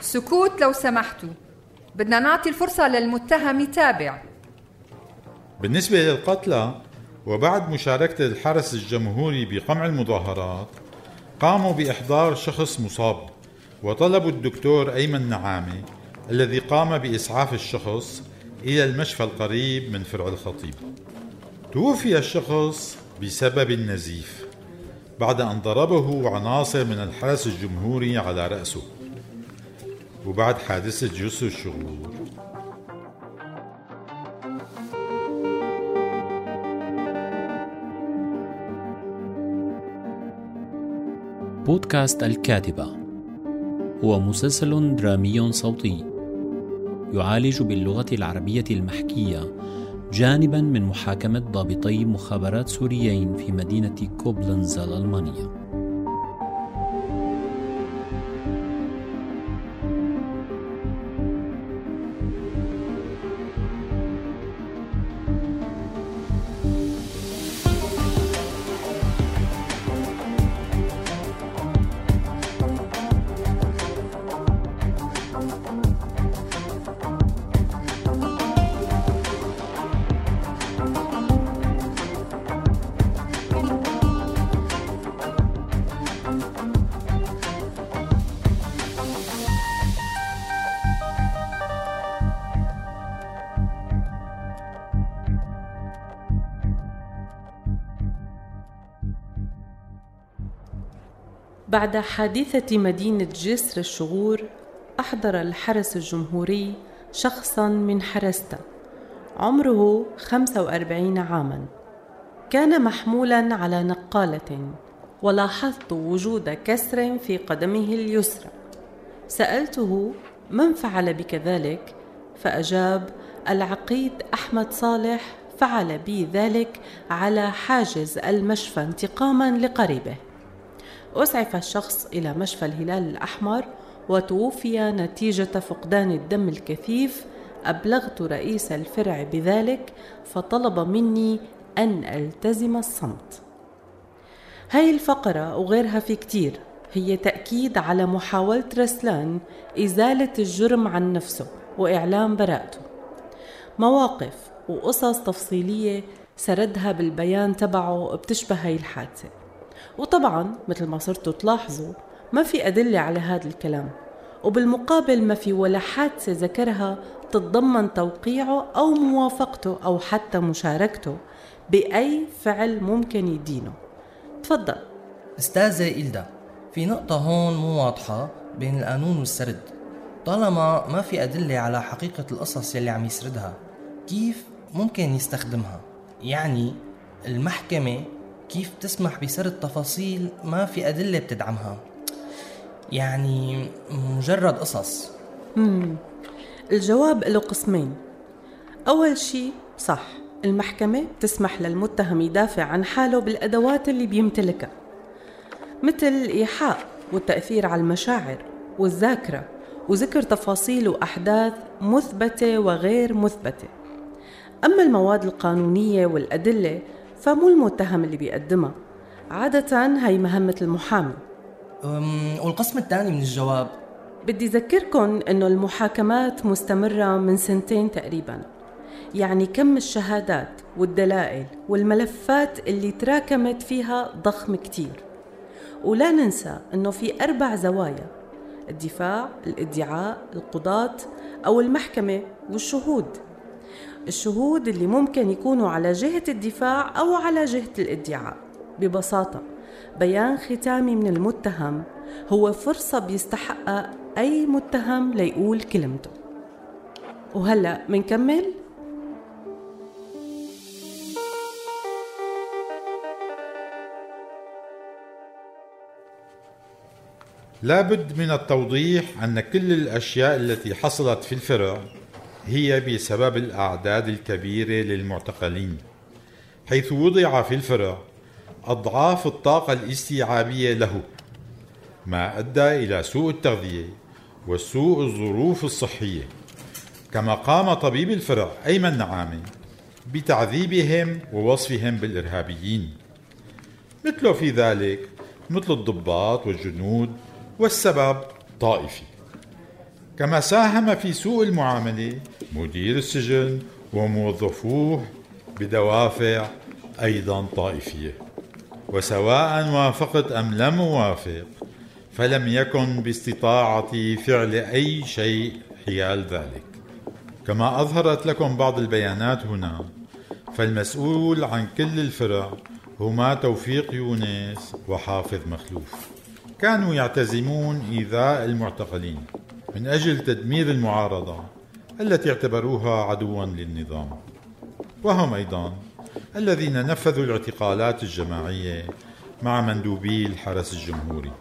سكوت لو سمحتوا، بدنا نعطي الفرصة للمتهم يتابع. بالنسبة للقتلى، وبعد مشاركة الحرس الجمهوري بقمع المظاهرات، قاموا بإحضار شخص مصاب وطلبوا الدكتور أيمن نعامة الذي قام بإسعاف الشخص إلى المشفى القريب من فرع الخطيب. توفي الشخص بسبب النزيف بعد أن ضربه عناصر من الحرس الجمهوري على رأسه، وبعد حادثة جسر الشغور. بودكاست الكاتبة هو مسلسل درامي صوتي يعالج باللغة العربية المحكية جانباً من محاكمة ضابطي مخابرات سوريين في مدينة كوبلنز الألمانية. بعد حادثة مدينة جسر الشغور، أحضر الحرس الجمهوري شخصاً من حرسته عمره 45 عاماً. كان محمولاً على نقالة، ولاحظت وجود كسر في قدمه اليسرى. سألته من فعل بك ذلك؟ فأجاب: العقيد أحمد صالح فعل بي ذلك على حاجز المشفى انتقاماً لقريبه. أسعف الشخص إلى مشفى الهلال الأحمر وتوفي نتيجة فقدان الدم الكثيف. أبلغت رئيس الفرع بذلك فطلب مني أن ألتزم الصمت. هاي الفقرة وغيرها في كتير هي تأكيد على محاولة رسلان إزالة الجرم عن نفسه وإعلام براءته. مواقف وقصص تفصيلية سردها بالبيان تبعه بتشبه هاي الحادثة، وطبعاً مثل ما صرتوا تلاحظوا ما في أدلة على هذا الكلام، وبالمقابل ما في ولا حادثة ذكرها تتضمن توقيعه أو موافقته أو حتى مشاركته بأي فعل ممكن يدينه. تفضل. أستاذة إلدا، في نقطة هون مو واضحة بين القانون والسرد. طالما ما في أدلة على حقيقة القصص يلي عم يسردها، كيف ممكن يستخدمها؟ يعني المحكمة كيف تسمح بسرد تفاصيل ما في أدلة بتدعمها؟ يعني مجرد قصص. الجواب له قسمين. أول شيء صح، المحكمة تسمح للمتهم يدافع عن حاله بالأدوات اللي بيمتلكها، مثل الإيحاء والتأثير على المشاعر والذاكرة وذكر تفاصيل وأحداث مثبتة وغير مثبتة. أما المواد القانونية والأدلة فمو المتهم اللي بيقدمها، عادة هي مهمة المحامي. والقسم الثاني من الجواب، بدي أذكركم أنه المحاكمات مستمرة من 2 تقريباً، يعني كم الشهادات والدلائل والملفات اللي تراكمت فيها ضخم كتير. ولا ننسى أنه في 4 زوايا: الدفاع، الادعاء، القضاة أو المحكمة، والشهود. الشهود اللي ممكن يكونوا على جهة الدفاع أو على جهة الادعاء. ببساطة بيان ختامي من المتهم هو فرصة بيستحقها أي متهم ليقول كلمته. وهلأ منكمل؟ لابد من التوضيح أن كل الأشياء التي حصلت في الفرع هي بسبب الأعداد الكبيرة للمعتقلين، حيث وضع في الفرع أضعاف الطاقة الاستيعابية له، ما أدى إلى سوء التغذية وسوء الظروف الصحية. كما قام طبيب الفرع أيمن نعامة بتعذيبهم ووصفهم بالإرهابيين، مثله في ذلك مثل الضباط والجنود، والسبب طائفي. كما ساهم في سوء المعاملة مدير السجن وموظفوه بدوافع أيضا طائفية، وسواء وافقت أم لم أوافق فلم يكن باستطاعتي فعل أي شيء حيال ذلك. كما أظهرت لكم بعض البيانات هنا، فالمسؤول عن كل الفرع هما توفيق يونس وحافظ مخلوف. كانوا يعتزمون إيذاء المعتقلين من أجل تدمير المعارضة التي اعتبروها عدوا للنظام، وهم أيضا الذين نفذوا الاعتقالات الجماعية مع مندوبي الحرس الجمهوري.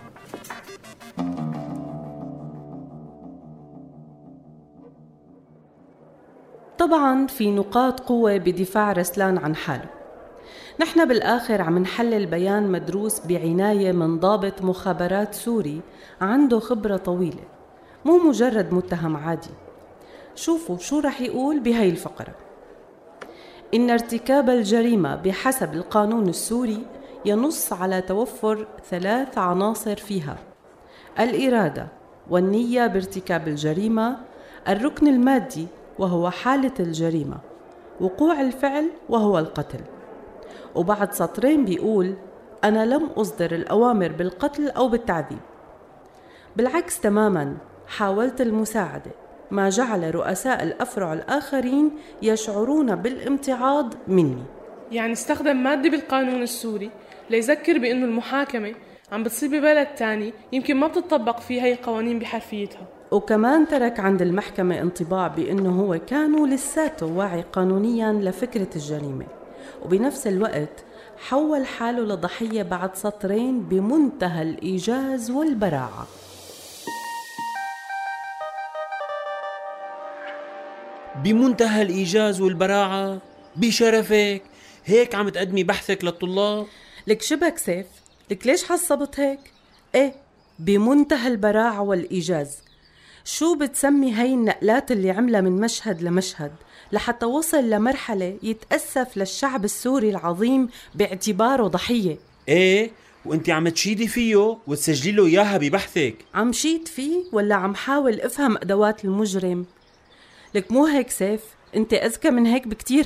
طبعاً في نقاط قوة بدفاع رسلان عن حاله. نحن بالآخر عم نحلل بيان مدروس بعناية من ضابط مخابرات سوري عنده خبرة طويلة، مو مجرد متهم عادي. شوفوا شو رح يقول بهاي الفقرة. إن ارتكاب الجريمة بحسب القانون السوري ينص على توفر 3 عناصر فيها: الإرادة والنية بارتكاب الجريمة، الركن المادي وهو حالة الجريمة، وقوع الفعل وهو القتل. وبعد سطرين بيقول: أنا لم أصدر الأوامر بالقتل أو بالتعذيب، بالعكس تماماً حاولت المساعدة، ما جعل رؤساء الأفرع الآخرين يشعرون بالامتعاض مني. يعني استخدم مادة بالقانون السوري ليذكر بأنه المحاكمة عم بتصير ببلد تاني يمكن ما بتطبق فيه هاي القوانين بحرفيتها. وكمان ترك عند المحكمة انطباع بأنه هو كانوا لساته واعي قانونياً لفكرة الجريمة، وبنفس الوقت حول حاله لضحية بعد سطرين بمنتهى الإيجاز والبراعة. بمنتهى الإيجاز والبراعة؟ بشرفك هيك عم تقدمي بحثك للطلاب؟ لك شبك سيف؟ لك ليش حصبت هيك؟ ايه بمنتهى البراعة والإيجاز. شو بتسمي هاي النقلات اللي عملها من مشهد لمشهد لحتى وصل لمرحلة يتأسف للشعب السوري العظيم باعتباره ضحية؟ ايه، وانت عم تشيدي فيه وتسجلي له اياها ببحثك. عم شيد فيه ولا عم حاول افهم ادوات المجرم؟ لك مو هيك سيف، انت اذكى من هيك بكتير.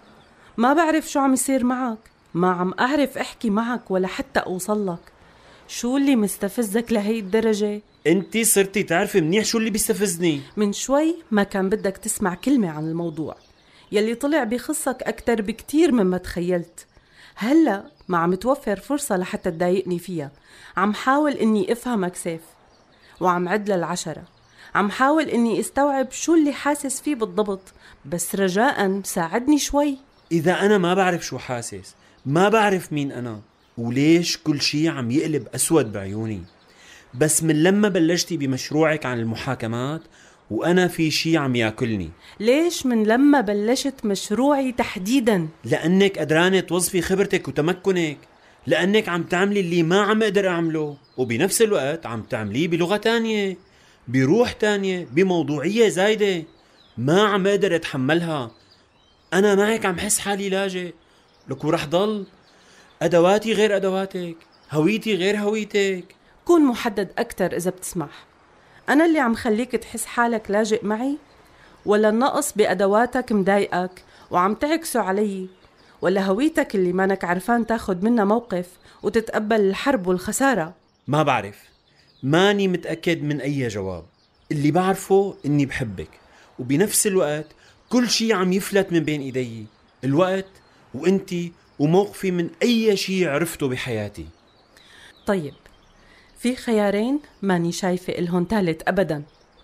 ما بعرف شو عم يصير معك، ما عم اعرف احكي معك ولا حتى اوصلك. شو اللي مستفزك لهي الدرجة؟ انت صرتي تعرفي منيح شو اللي بيستفزني. من شوي ما كان بدك تسمع كلمة عن الموضوع يلي طلع بخصك أكتر بكتير مما تخيلت. هلأ ما عم توفر فرصة لحتى تضايقني فيها. عم حاول إني أفهمك سيف، وعم عد لل10. عم حاول إني استوعب شو اللي حاسس فيه بالضبط، بس رجاءً ساعدني شوي. إذا أنا ما بعرف شو حاسس، ما بعرف مين أنا وليش كل شي عم يقلب أسود بعيوني، بس من لما بلشتي بمشروعك عن المحاكمات وأنا في شي عم ياكلني. ليش من لما بلشت مشروعي تحديداً؟ لأنك قدرانة توظفي خبرتك وتمكنك، لأنك عم تعملي اللي ما عم أقدر أعمله، وبنفس الوقت عم تعمليه بلغة تانية، بروح تانية، بموضوعية زايدة ما عم أقدر أتحملها. أنا معك عم حس حالي لاجئ لك، ورح ضل أدواتي غير أدواتك، هويتي غير هويتك. كون محدد أكتر إذا بتسمح. أنا اللي عم خليك تحس حالك لاجئ معي، ولا النقص بأدواتك مضايقك وعم تعكسوا علي، ولا هويتك اللي مانك عرفان تاخد منها موقف وتتقبل الحرب والخسارة؟ ما بعرف، ماني متأكد من أي جواب. اللي بعرفه إني بحبك، وبنفس الوقت كل شي عم يفلت من بين إيدي، الوقت وإنتي وموقفي من أي شي عرفته بحياتي. طيب، في خيارين ماني شايفة إلهن ثالث أبداً.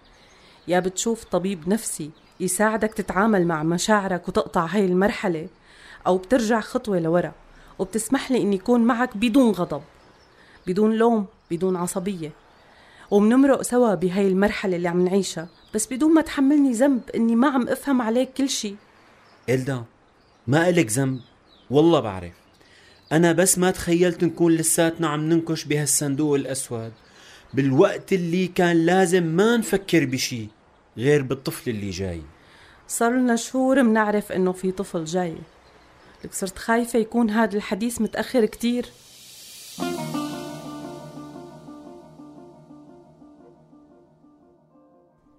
يا بتشوف طبيب نفسي يساعدك تتعامل مع مشاعرك وتقطع هاي المرحلة، أو بترجع خطوة لورا وبتسمح لي إني يكون معك بدون غضب، بدون لوم، بدون عصبية، ومنمرق سوا بهاي المرحلة اللي عم نعيشها، بس بدون ما تحملني ذنب إني ما عم أفهم عليك كل شي. إلدا، ما إلك ذنب، والله بعرف. أنا بس ما تخيلت نكون لساتنا عم ننكش بهالصندوق الأسود بالوقت اللي كان لازم ما نفكر بشي غير بالطفل اللي جاي. صار شهور منعرف إنه في طفل جاي، لك صرت خايفة يكون هذا الحديث متأخر كتير.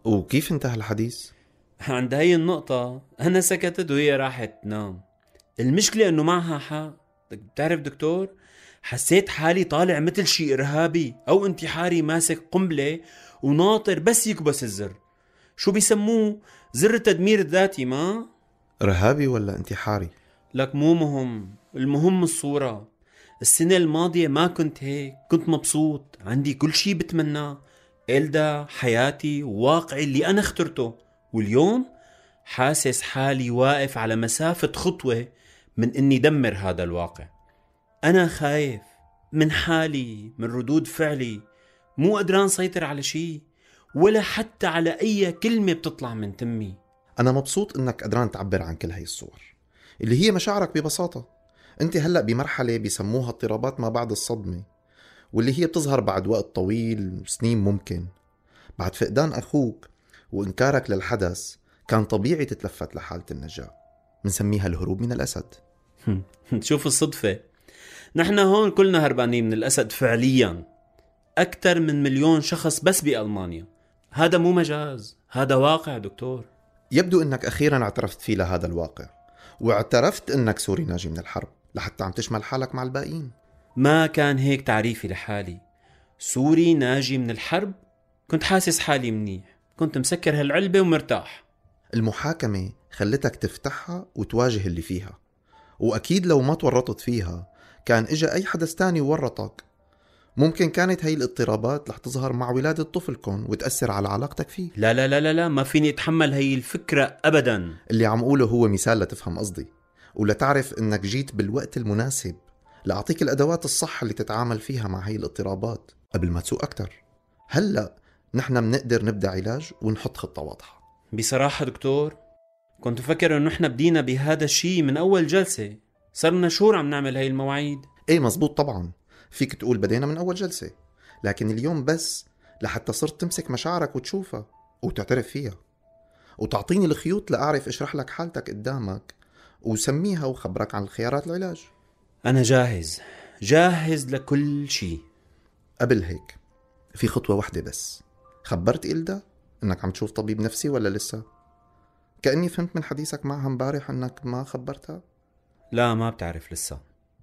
وكيف انتهى الحديث؟ عند هاي النقطة أنا سكتت وهي راحت تنام. المشكلة أنه معها حق. بتعرف دكتور، حسيت حالي طالع مثل شي إرهابي أو انتحاري ماسك قنبلة وناطر بس يكبس الزر. شو بيسموه؟ زر التدمير الذاتي. ما إرهابي ولا انتحاري؟ لك مو مهم، المهم الصورة. السنة الماضية ما كنت هيك، كنت مبسوط، عندي كل شي بتمناه، إلدا، حياتي، واقعي اللي أنا اخترته. واليوم حاسس حالي واقف على مسافة خطوة من إني دمر هذا الواقع. أنا خايف من حالي، من ردود فعلي، مو قدران سيطر على شي ولا حتى على أي كلمة بتطلع من تمي. أنا مبسوط إنك قدران تعبر عن كل هاي الصور اللي هي مشاعرك ببساطة. أنت هلأ بمرحلة بيسموها اضطرابات ما بعد الصدمة، واللي هي بتظهر بعد وقت طويل وسنين. ممكن بعد فقدان أخوك وإنكارك للحدث كان طبيعي تتلفت لحالة النجاة. منسميها الهروب من الأسد. شوف الصدفة، نحن هون كلنا هربانين من الأسد فعليا. أكثر من 1,000,000 شخص بس بألمانيا. هذا مو مجاز، هذا واقع دكتور. يبدو أنك أخيرا اعترفت فيه لهذا الواقع، واعترفت أنك سوري ناجي من الحرب لحتى عم تشمل حالك مع الباقيين. ما كان هيك تعريفي لحالي. سوري ناجي من الحرب، كنت حاسس حالي منيح، كنت مسكر هالعلبة ومرتاح. المحاكمة خلتك تفتحها وتواجه اللي فيها، وأكيد لو ما تورطت فيها كان إجا أي حدث تاني وورطك. ممكن كانت هاي الاضطرابات رح تظهر مع ولادة طفلكم وتأثر على علاقتك فيه. لا لا لا لا لا، ما فيني أتحمل هاي الفكرة أبدا. اللي عم قوله هو مثال لتفهم قصدي، ولتعرف إنك جيت بالوقت المناسب لأعطيك الأدوات الصح اللي تتعامل فيها مع هاي الاضطرابات قبل ما تسوء أكتر. هلأ نحن منقدر نبدأ علاج ونحط خطة واضحة. بصراحة دكتور، كنت فكر إنه نحن بدينا بهذا الشيء من أول جلسة. صرنا شهور عم نعمل هاي المواعيد. ايه مزبوط طبعا، فيك تقول بدينا من أول جلسة، لكن اليوم بس لحتى صرت تمسك مشاعرك وتشوفها وتعترف فيها وتعطيني الخيوط لأعرف اشرح لك حالتك قدامك وسميها وخبرك عن الخيارات العلاج. أنا جاهز، جاهز لكل شيء. قبل هيك في خطوة واحدة بس. خبرت إلدا إنك عم تشوف طبيب نفسي ولا لسه؟ كأني فهمت من حديثك معها امبارح إنك ما خبرتها. لا، ما بتعرف لسه.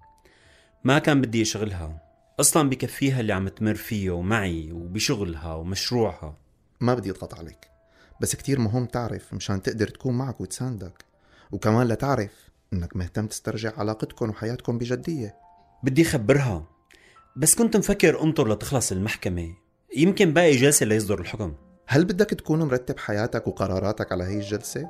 ما كان بدي أشغلها أصلا، بكفيها اللي عم تمر فيه ومعي وبشغلها ومشروعها. ما بدي أضغط عليك، بس كتير مهم تعرف مشان تقدر تكون معك وتساندك، وكمان لتعرف إنك مهتم تسترجع علاقتكم وحياتكم بجدية. بدي خبرها، بس كنت مفكر انطر لتخلص المحكمة، يمكن باقي جلسة ليصدر الحكم. هل بدك تكون مرتب حياتك وقراراتك على هاي الجلسة؟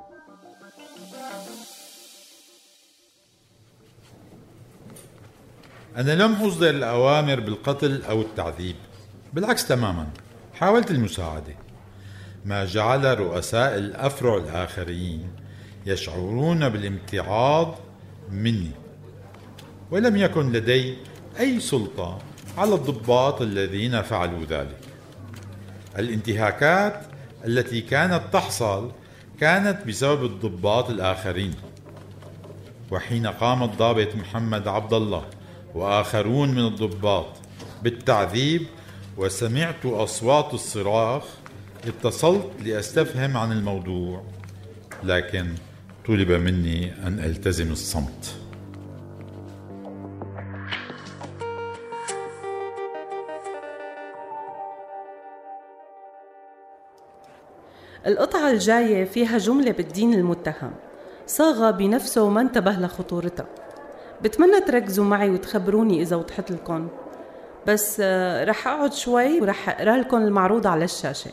أنا لم أصدر الأوامر بالقتل أو التعذيب، بالعكس تماما، حاولت المساعدة، ما جعل رؤساء الأفرع الآخرين يشعرون بالامتعاض مني، ولم يكن لدي أي سلطة على الضباط الذين فعلوا ذلك. الانتهاكات التي كانت تحصل كانت بسبب الضباط الآخرين، وحين قام الضابط محمد عبد الله وآخرون من الضباط بالتعذيب وسمعت أصوات الصراخ اتصلت لأستفهم عن الموضوع، لكن طلب مني أن ألتزم الصمت. القطعة الجاية فيها جملة بتدين المتهم، صاغة بنفسه وما انتبه لخطورتها. بتمنى تركزوا معي وتخبروني إذا وضحت لكم، بس رح أقعد شوي ورح أقرأ لكم المعروض على الشاشة.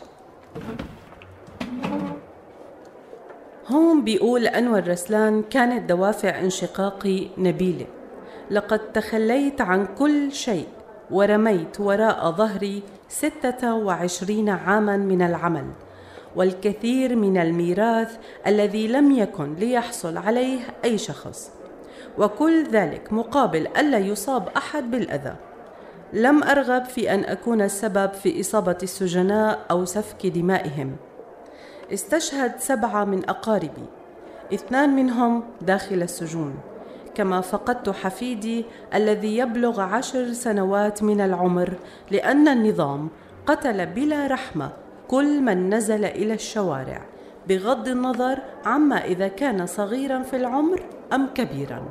هون بيقول أنور رسلان: كانت دوافع انشقاقي نبيلة، لقد تخليت عن كل شيء ورميت وراء ظهري 26 عاما من العمل والكثير من الميراث الذي لم يكن ليحصل عليه أي شخص، وكل ذلك مقابل ألا يصاب أحد بالأذى. لم أرغب في أن أكون السبب في إصابة السجناء أو سفك دمائهم. استشهد 7 من أقاربي، 2 منهم داخل السجون، كما فقدت حفيدي الذي يبلغ 10 سنوات من العمر، لأن النظام قتل بلا رحمة كل من نزل إلى الشوارع بغض النظر عما إذا كان صغيراً في العمر أم كبيراً.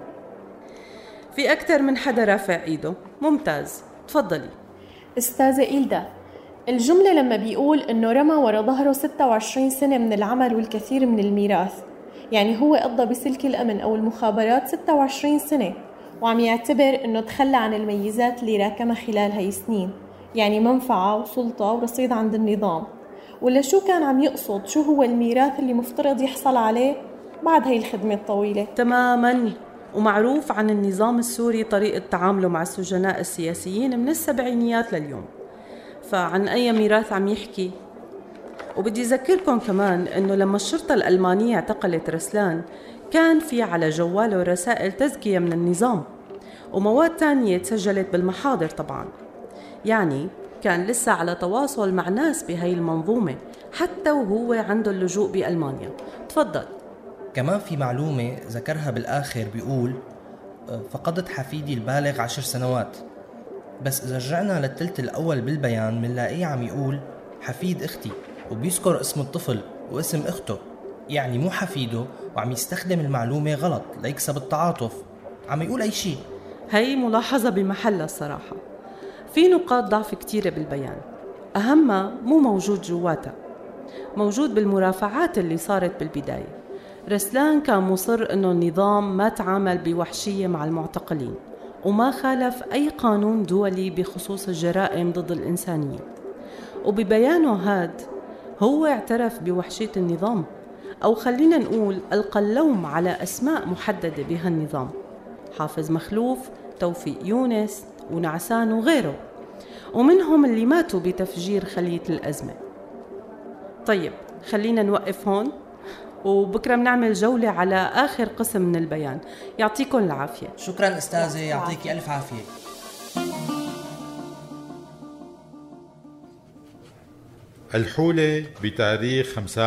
في أكثر من حدا رافع إيده. ممتاز، تفضلي. أستاذة إيلدا، الجملة لما بيقول إنه رمى ورا ظهره 26 سنة من العمل والكثير من الميراث، يعني هو قضى بسلك الأمن أو المخابرات 26 سنة وعم يعتبر إنه تخلى عن الميزات اللي راكمها خلال هاي السنين، يعني منفعة وسلطة ورصيد عند النظام. ولا شو كان عم يقصد؟ شو هو الميراث اللي مفترض يحصل عليه بعد هاي الخدمة الطويلة؟ تماماً. ومعروف عن النظام السوري طريقة تعامله مع السجناء السياسيين من السبعينيات لليوم، فعن أي ميراث عم يحكي؟ وبدي أذكركم كمان أنه لما الشرطة الألمانية اعتقلت رسلان كان في على جواله رسائل تزكية من النظام ومواد تانية تسجلت بالمحاضر طبعاً، يعني كان لسه على تواصل مع ناس بهاي المنظومة حتى وهو عنده اللجوء بألمانيا. تفضل. كمان في معلومة ذكرها بالآخر بيقول فقدت حفيدي البالغ 10 سنوات، بس إذا رجعنا للثلث الأول بالبيان منلاقيه عم يقول حفيد أختي وبيذكر اسم الطفل واسم أخته، يعني مو حفيده، وعم يستخدم المعلومة غلط ليكسب التعاطف. عم يقول أي شيء. هاي ملاحظة بمحلها الصراحة. في نقاط ضعف كتيرة بالبيان، أهمها مو موجود جواتها، موجود بالمرافعات اللي صارت بالبداية. رسلان كان مصر أنه النظام ما تعامل بوحشية مع المعتقلين وما خالف أي قانون دولي بخصوص الجرائم ضد الإنسانية، وببيانه هاد هو اعترف بوحشية النظام، أو خلينا نقول ألقى اللوم على أسماء محددة بهالنظام: حافظ مخلوف، توفيق يونس، ونعسان وغيره، ومنهم اللي ماتوا بتفجير خلية الأزمة. طيب خلينا نوقف هون، وبكرة بنعمل جولة على آخر قسم من البيان. يعطيكم العافية. شكرا أستاذة، يعطيكي ألف عافية. الحولة بتاريخ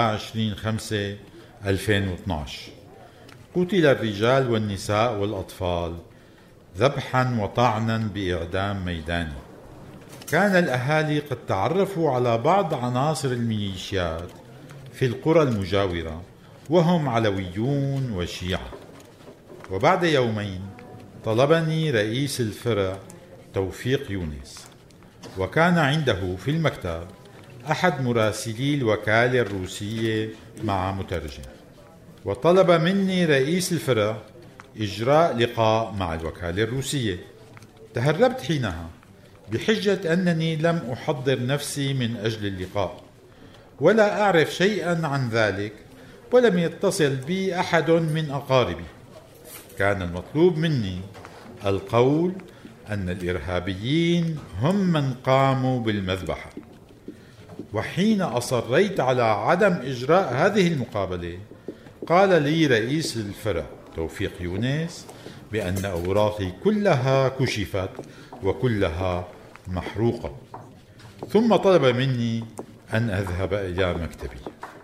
25/5/2012. قتل الرجال والنساء والأطفال ذبحا وطعنا بإعدام ميداني. كان الأهالي قد تعرفوا على بعض عناصر الميليشيات في القرى المجاورة وهم علويون وشيعة. وبعد يومين طلبني رئيس الفرع توفيق يونس، وكان عنده في المكتب أحد مراسلي الوكالة الروسية مع مترجم، وطلب مني رئيس الفرع إجراء لقاء مع الوكالة الروسية. تهربت حينها بحجة أنني لم أحضر نفسي من أجل اللقاء ولا أعرف شيئا عن ذلك، ولم يتصل بي أحد من أقاربي. كان المطلوب مني القول أن الإرهابيين هم من قاموا بالمذبحة. وحين أصريت على عدم إجراء هذه المقابلة قال لي رئيس الفرع توفيق يونس بأن أوراقي كلها كشفت وكلها محروقة، ثم طلب مني أن أذهب إلى مكتبي.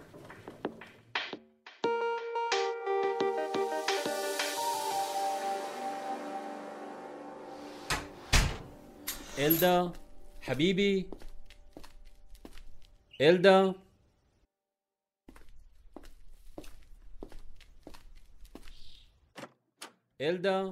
إلدا حبيبي، إلدا، إلدا،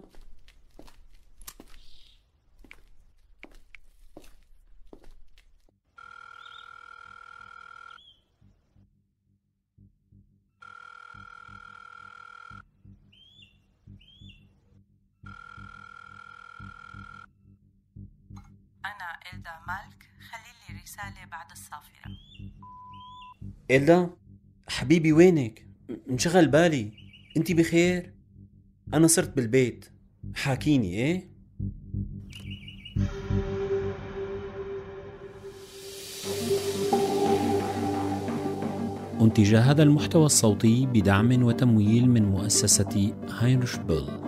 أنا إلدا مالك، خليلي رسالة بعد الصافرة. إلدا حبيبي وينك؟ انشغل بالي، انتي بخير؟ أنا صرت بالبيت، حاكيني إيه؟ أنتج هذا المحتوى الصوتي بدعم وتمويل من مؤسسة هاينريش بول.